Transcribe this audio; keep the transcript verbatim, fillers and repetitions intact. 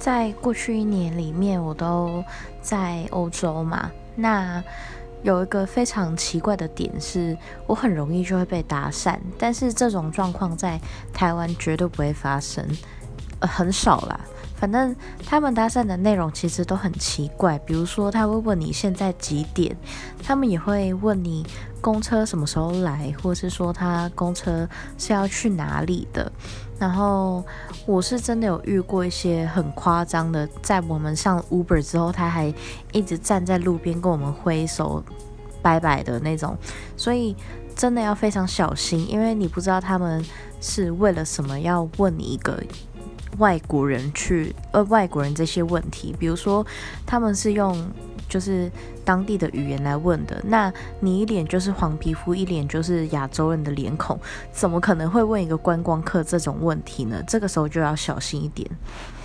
在过去一年里面，我都在欧洲嘛。那有一个非常奇怪的点是，我很容易就会被搭讪，但是这种状况在台湾绝对不会发生，呃，很少啦。反正他们搭讪的内容其实都很奇怪，比如说他会问你现在几点，他们也会问你公车什么时候来，或是说他公车是要去哪里的。然后我是真的有遇过一些很夸张的，在我们上 Uber 之后，他还一直站在路边跟我们挥手拜拜的那种，所以真的要非常小心，因为你不知道他们是为了什么要问你一个外国人去呃外国人这些问题，比如说他们是用就是当地的语言来问的，那你一脸就是黄皮肤，一脸就是亚洲人的脸孔，怎么可能会问一个观光客这种问题呢？这个时候就要小心一点。